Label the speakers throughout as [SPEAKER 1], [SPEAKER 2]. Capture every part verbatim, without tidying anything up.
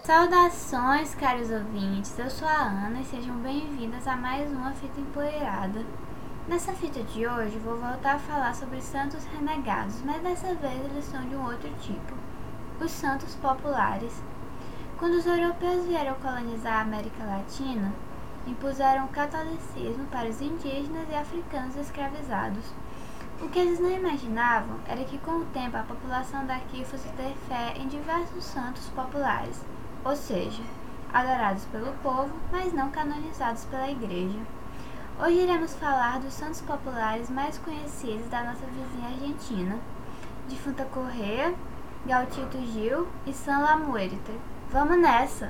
[SPEAKER 1] Saudações, caros ouvintes, eu sou a Ana e sejam bem-vindas a mais uma Fita Empoeirada. Nessa fita de hoje vou voltar a falar sobre santos renegados, mas dessa vez eles são de um outro tipo, os santos populares. Quando os europeus vieram colonizar a América Latina, impuseram o catolicismo para os indígenas e africanos escravizados. O que eles não imaginavam era que com o tempo a população daqui fosse ter fé em diversos santos populares, ou seja, adorados pelo povo, mas não canonizados pela igreja. Hoje iremos falar dos santos populares mais conhecidos da nossa vizinha Argentina, Defunta Correa, Gautito Gil e San La Muerte. Vamos nessa!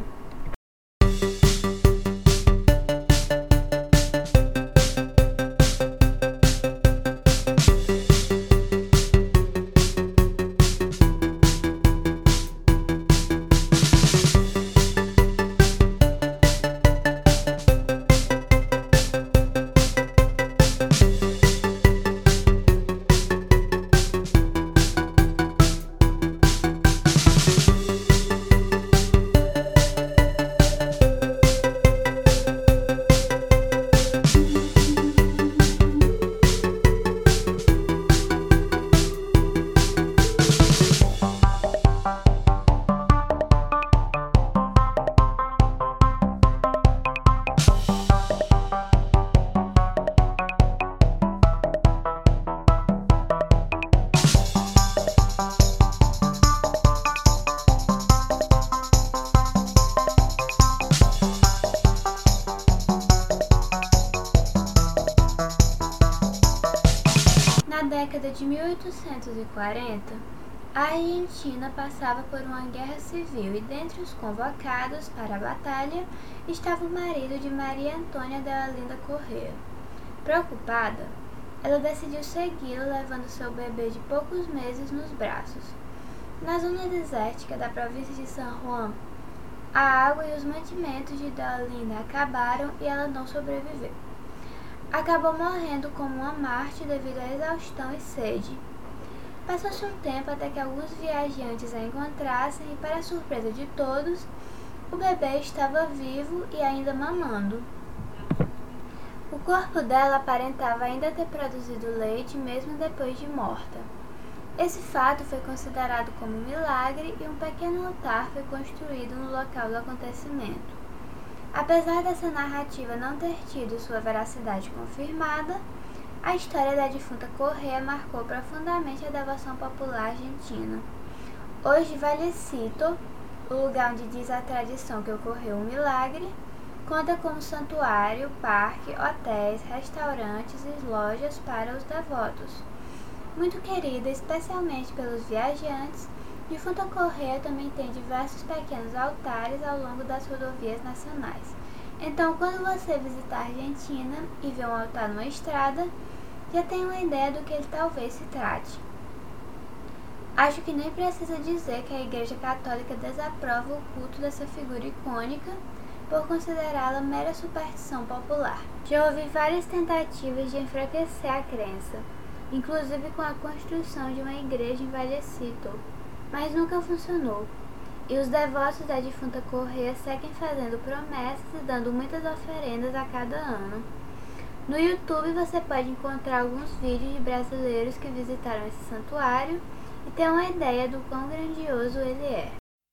[SPEAKER 1] Na década de mil oitocentos e quarenta, a Argentina passava por uma guerra civil e dentre os convocados para a batalha estava o marido de Maria Antônia de Olinda Correa. Preocupada, ela decidiu segui-lo levando seu bebê de poucos meses nos braços. Na zona desértica da província de San Juan, a água e os mantimentos de Olinda acabaram e ela não sobreviveu. Acabou morrendo como uma mártir devido à exaustão e sede. Passou-se um tempo até que alguns viajantes a encontrassem e, para a surpresa de todos, o bebê estava vivo e ainda mamando. O corpo dela aparentava ainda ter produzido leite mesmo depois de morta. Esse fato foi considerado como um milagre e um pequeno altar foi construído no local do acontecimento. Apesar dessa narrativa não ter tido sua veracidade confirmada, a história da defunta Correa marcou profundamente a devoção popular argentina. Hoje, Vallecito, o lugar onde diz a tradição que ocorreu um milagre, conta com um santuário, parque, hotéis, restaurantes e lojas para os devotos. Muito querida especialmente pelos viajantes, Defunta Correa também tem diversos pequenos altares ao longo das rodovias nacionais. Então, quando você visitar a Argentina e ver um altar numa estrada, já tem uma ideia do que ele talvez se trate. Acho que nem precisa dizer que a Igreja Católica desaprova o culto dessa figura icônica por considerá-la mera superstição popular. Já houve várias tentativas de enfraquecer a crença, inclusive com a construção de uma igreja em Vallecito, mas nunca funcionou, e os devotos da defunta Correa seguem fazendo promessas e dando muitas oferendas a cada ano. No YouTube você pode encontrar alguns vídeos de brasileiros que visitaram esse santuário e ter uma ideia do quão grandioso ele é.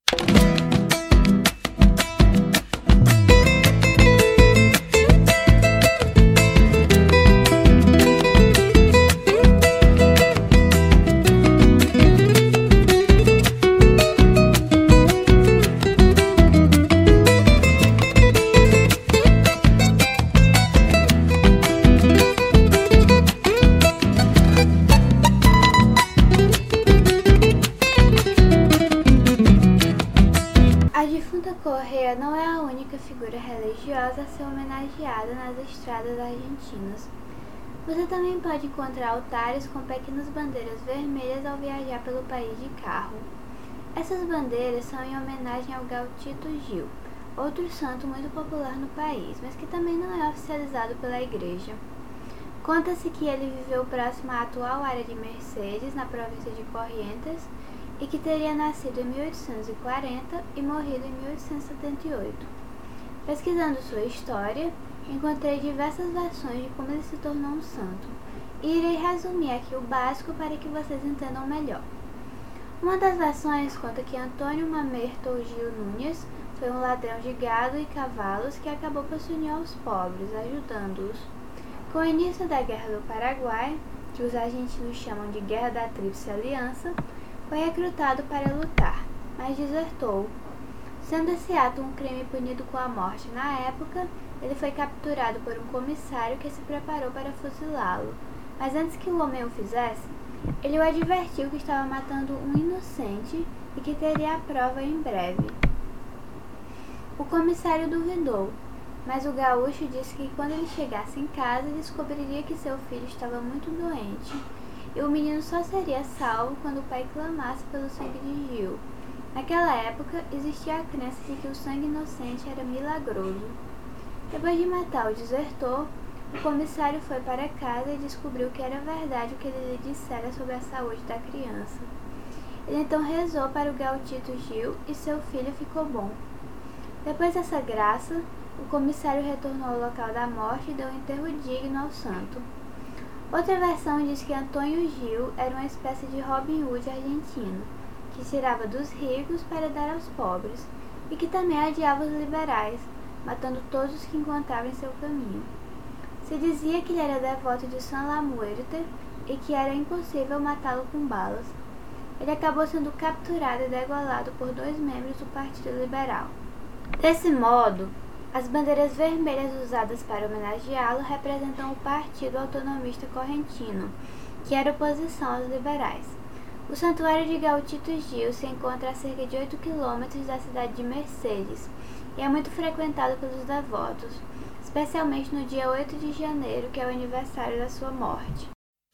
[SPEAKER 1] Correa não é a única figura religiosa a ser homenageada nas estradas argentinas. Você também pode encontrar altares com pequenas bandeiras vermelhas ao viajar pelo país de carro. Essas bandeiras são em homenagem ao Gautito Gil, outro santo muito popular no país, mas que também não é oficializado pela igreja. Conta-se que ele viveu próximo à atual área de Mercedes, na província de Corrientes, e que teria nascido em mil oitocentos e quarenta e morrido em mil oitocentos e setenta e oito. Pesquisando sua história, encontrei diversas versões de como ele se tornou um santo, e irei resumir aqui o básico para que vocês entendam melhor. Uma das versões conta que Antônio Mamerto Gil Nunes foi um ladrão de gado e cavalos que acabou por se unir aos pobres, ajudando-os. Com o início da Guerra do Paraguai, que os argentinos chamam de Guerra da Tríplice Aliança, foi recrutado para lutar, mas desertou. Sendo esse ato um crime punido com a morte na época, ele foi capturado por um comissário que se preparou para fuzilá-lo, mas antes que o homem o fizesse, ele o advertiu que estava matando um inocente e que teria a prova em breve. O comissário duvidou, mas o gaúcho disse que quando ele chegasse em casa descobriria que seu filho estava muito doente e o menino só seria salvo quando o pai clamasse pelo sangue de Gil. Naquela época, existia a crença de que o sangue inocente era milagroso. Depois de matar o desertor, o comissário foi para casa e descobriu que era verdade o que ele lhe dissera sobre a saúde da criança. Ele então rezou para o Gautito Gil e seu filho ficou bom. Depois dessa graça, o comissário retornou ao local da morte e deu um enterro digno ao santo. Outra versão diz que Antônio Gil era uma espécie de Robin Hood argentino, que tirava dos ricos para dar aos pobres, e que também odiava os liberais, matando todos os que encontrava em seu caminho. Se dizia que ele era devoto de San La Muerte e que era impossível matá-lo com balas. Ele acabou sendo capturado e degolado por dois membros do Partido Liberal. Desse modo, as bandeiras vermelhas usadas para homenageá-lo representam o Partido Autonomista Correntino, que era oposição aos liberais. O santuário de Gautito Gil se encontra a cerca de oito quilômetros da cidade de Mercedes e é muito frequentado pelos devotos, especialmente no dia oito de janeiro, que é o aniversário da sua morte.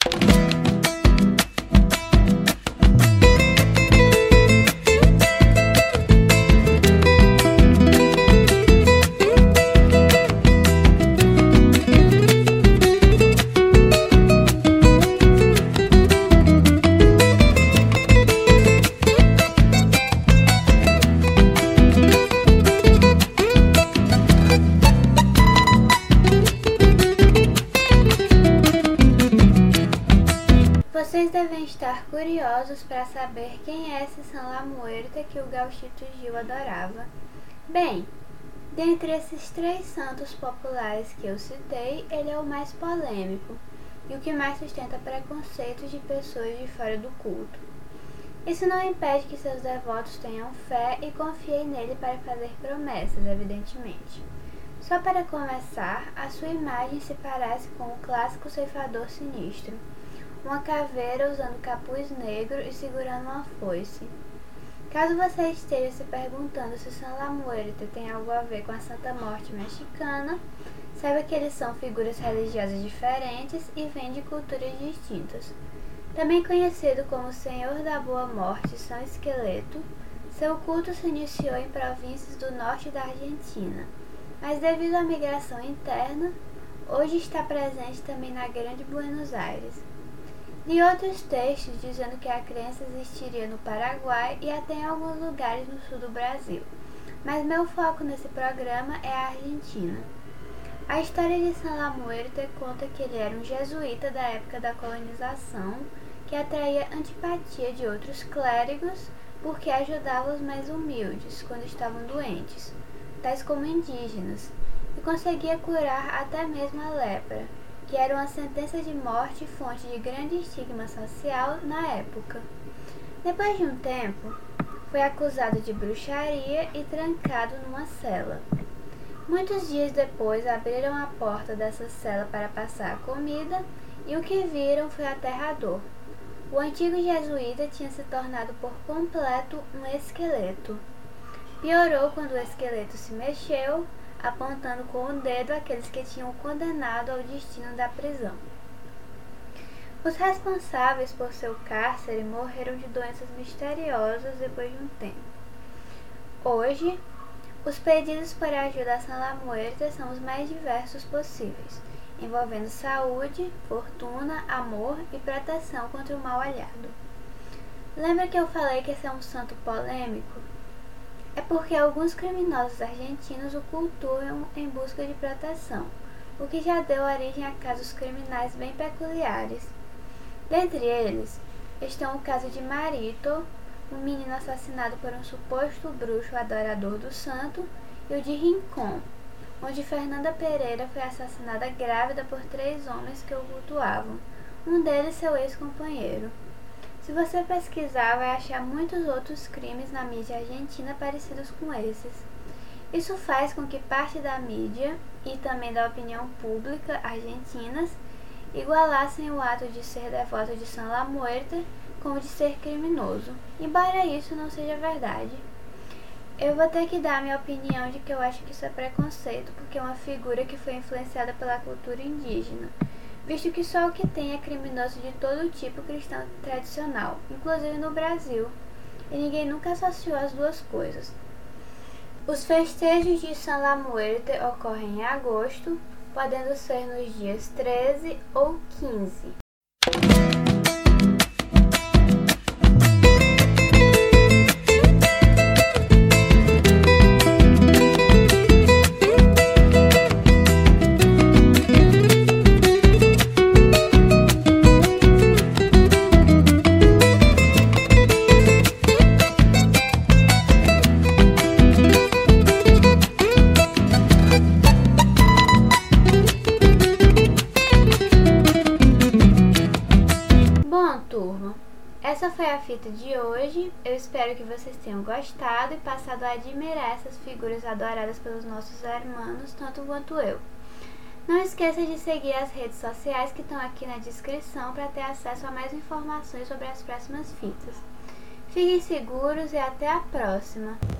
[SPEAKER 1] Vocês devem estar curiosos para saber quem é esse San La Muerte que o Gautito Gil adorava. Bem, dentre esses três santos populares que eu citei, ele é o mais polêmico e o que mais sustenta preconceitos de pessoas de fora do culto. Isso não impede que seus devotos tenham fé e confiem nele para fazer promessas, evidentemente. Só para começar, a sua imagem se parece com o clássico ceifador sinistro, uma caveira usando capuz negro e segurando uma foice. Caso você esteja se perguntando se San La Muerte tem algo a ver com a Santa Morte mexicana, saiba que eles são figuras religiosas diferentes e vêm de culturas distintas. Também conhecido como Senhor da Boa Morte São Esqueleto, seu culto se iniciou em províncias do norte da Argentina, mas devido à migração interna, hoje está presente também na Grande Buenos Aires. Li outros textos dizendo que a crença existiria no Paraguai e até em alguns lugares no sul do Brasil, mas meu foco nesse programa é a Argentina. A história de San La Muerte conta que ele era um jesuíta da época da colonização que atraía antipatia de outros clérigos porque ajudava os mais humildes quando estavam doentes, tais como indígenas, e conseguia curar até mesmo a lepra, que era uma sentença de morte e fonte de grande estigma social na época. Depois de um tempo, foi acusado de bruxaria e trancado numa cela. Muitos dias depois, abriram a porta dessa cela para passar a comida e o que viram foi aterrador. O antigo jesuíta tinha se tornado por completo um esqueleto. Piorou quando o esqueleto se mexeu, apontando com o dedo aqueles que tinham condenado ao destino da prisão. Os responsáveis por seu cárcere morreram de doenças misteriosas depois de um tempo. Hoje, os pedidos por ajuda a San La Muerte são os mais diversos possíveis, envolvendo saúde, fortuna, amor e proteção contra o mal olhado. Lembra que eu falei que esse é um santo polêmico? É porque alguns criminosos argentinos o cultuam em busca de proteção, o que já deu origem a casos criminais bem peculiares. Dentre eles, estão o caso de Marito, um menino assassinado por um suposto bruxo adorador do santo, e o de Rincón, onde Fernanda Pereira foi assassinada grávida por três homens que o cultuavam, um deles seu ex-companheiro. Se você pesquisar, vai achar muitos outros crimes na mídia argentina parecidos com esses. Isso faz com que parte da mídia e também da opinião pública argentinas igualassem o ato de ser devoto de San La Muerte com o de ser criminoso, embora isso não seja verdade. Eu vou ter que dar minha opinião de que eu acho que isso é preconceito, porque é uma figura que foi influenciada pela cultura indígena, visto que só o que tem é criminoso de todo tipo cristão tradicional, inclusive no Brasil, e ninguém nunca associou as duas coisas. Os festejos de San La Muerte ocorrem em agosto, podendo ser nos dias treze ou quinze. Turma, essa foi a fita de hoje. Eu espero que vocês tenham gostado e passado a admirar essas figuras adoradas pelos nossos hermanos, tanto quanto eu. Não esqueça de seguir as redes sociais que estão aqui na descrição para ter acesso a mais informações sobre as próximas fitas. Fiquem seguros e até a próxima!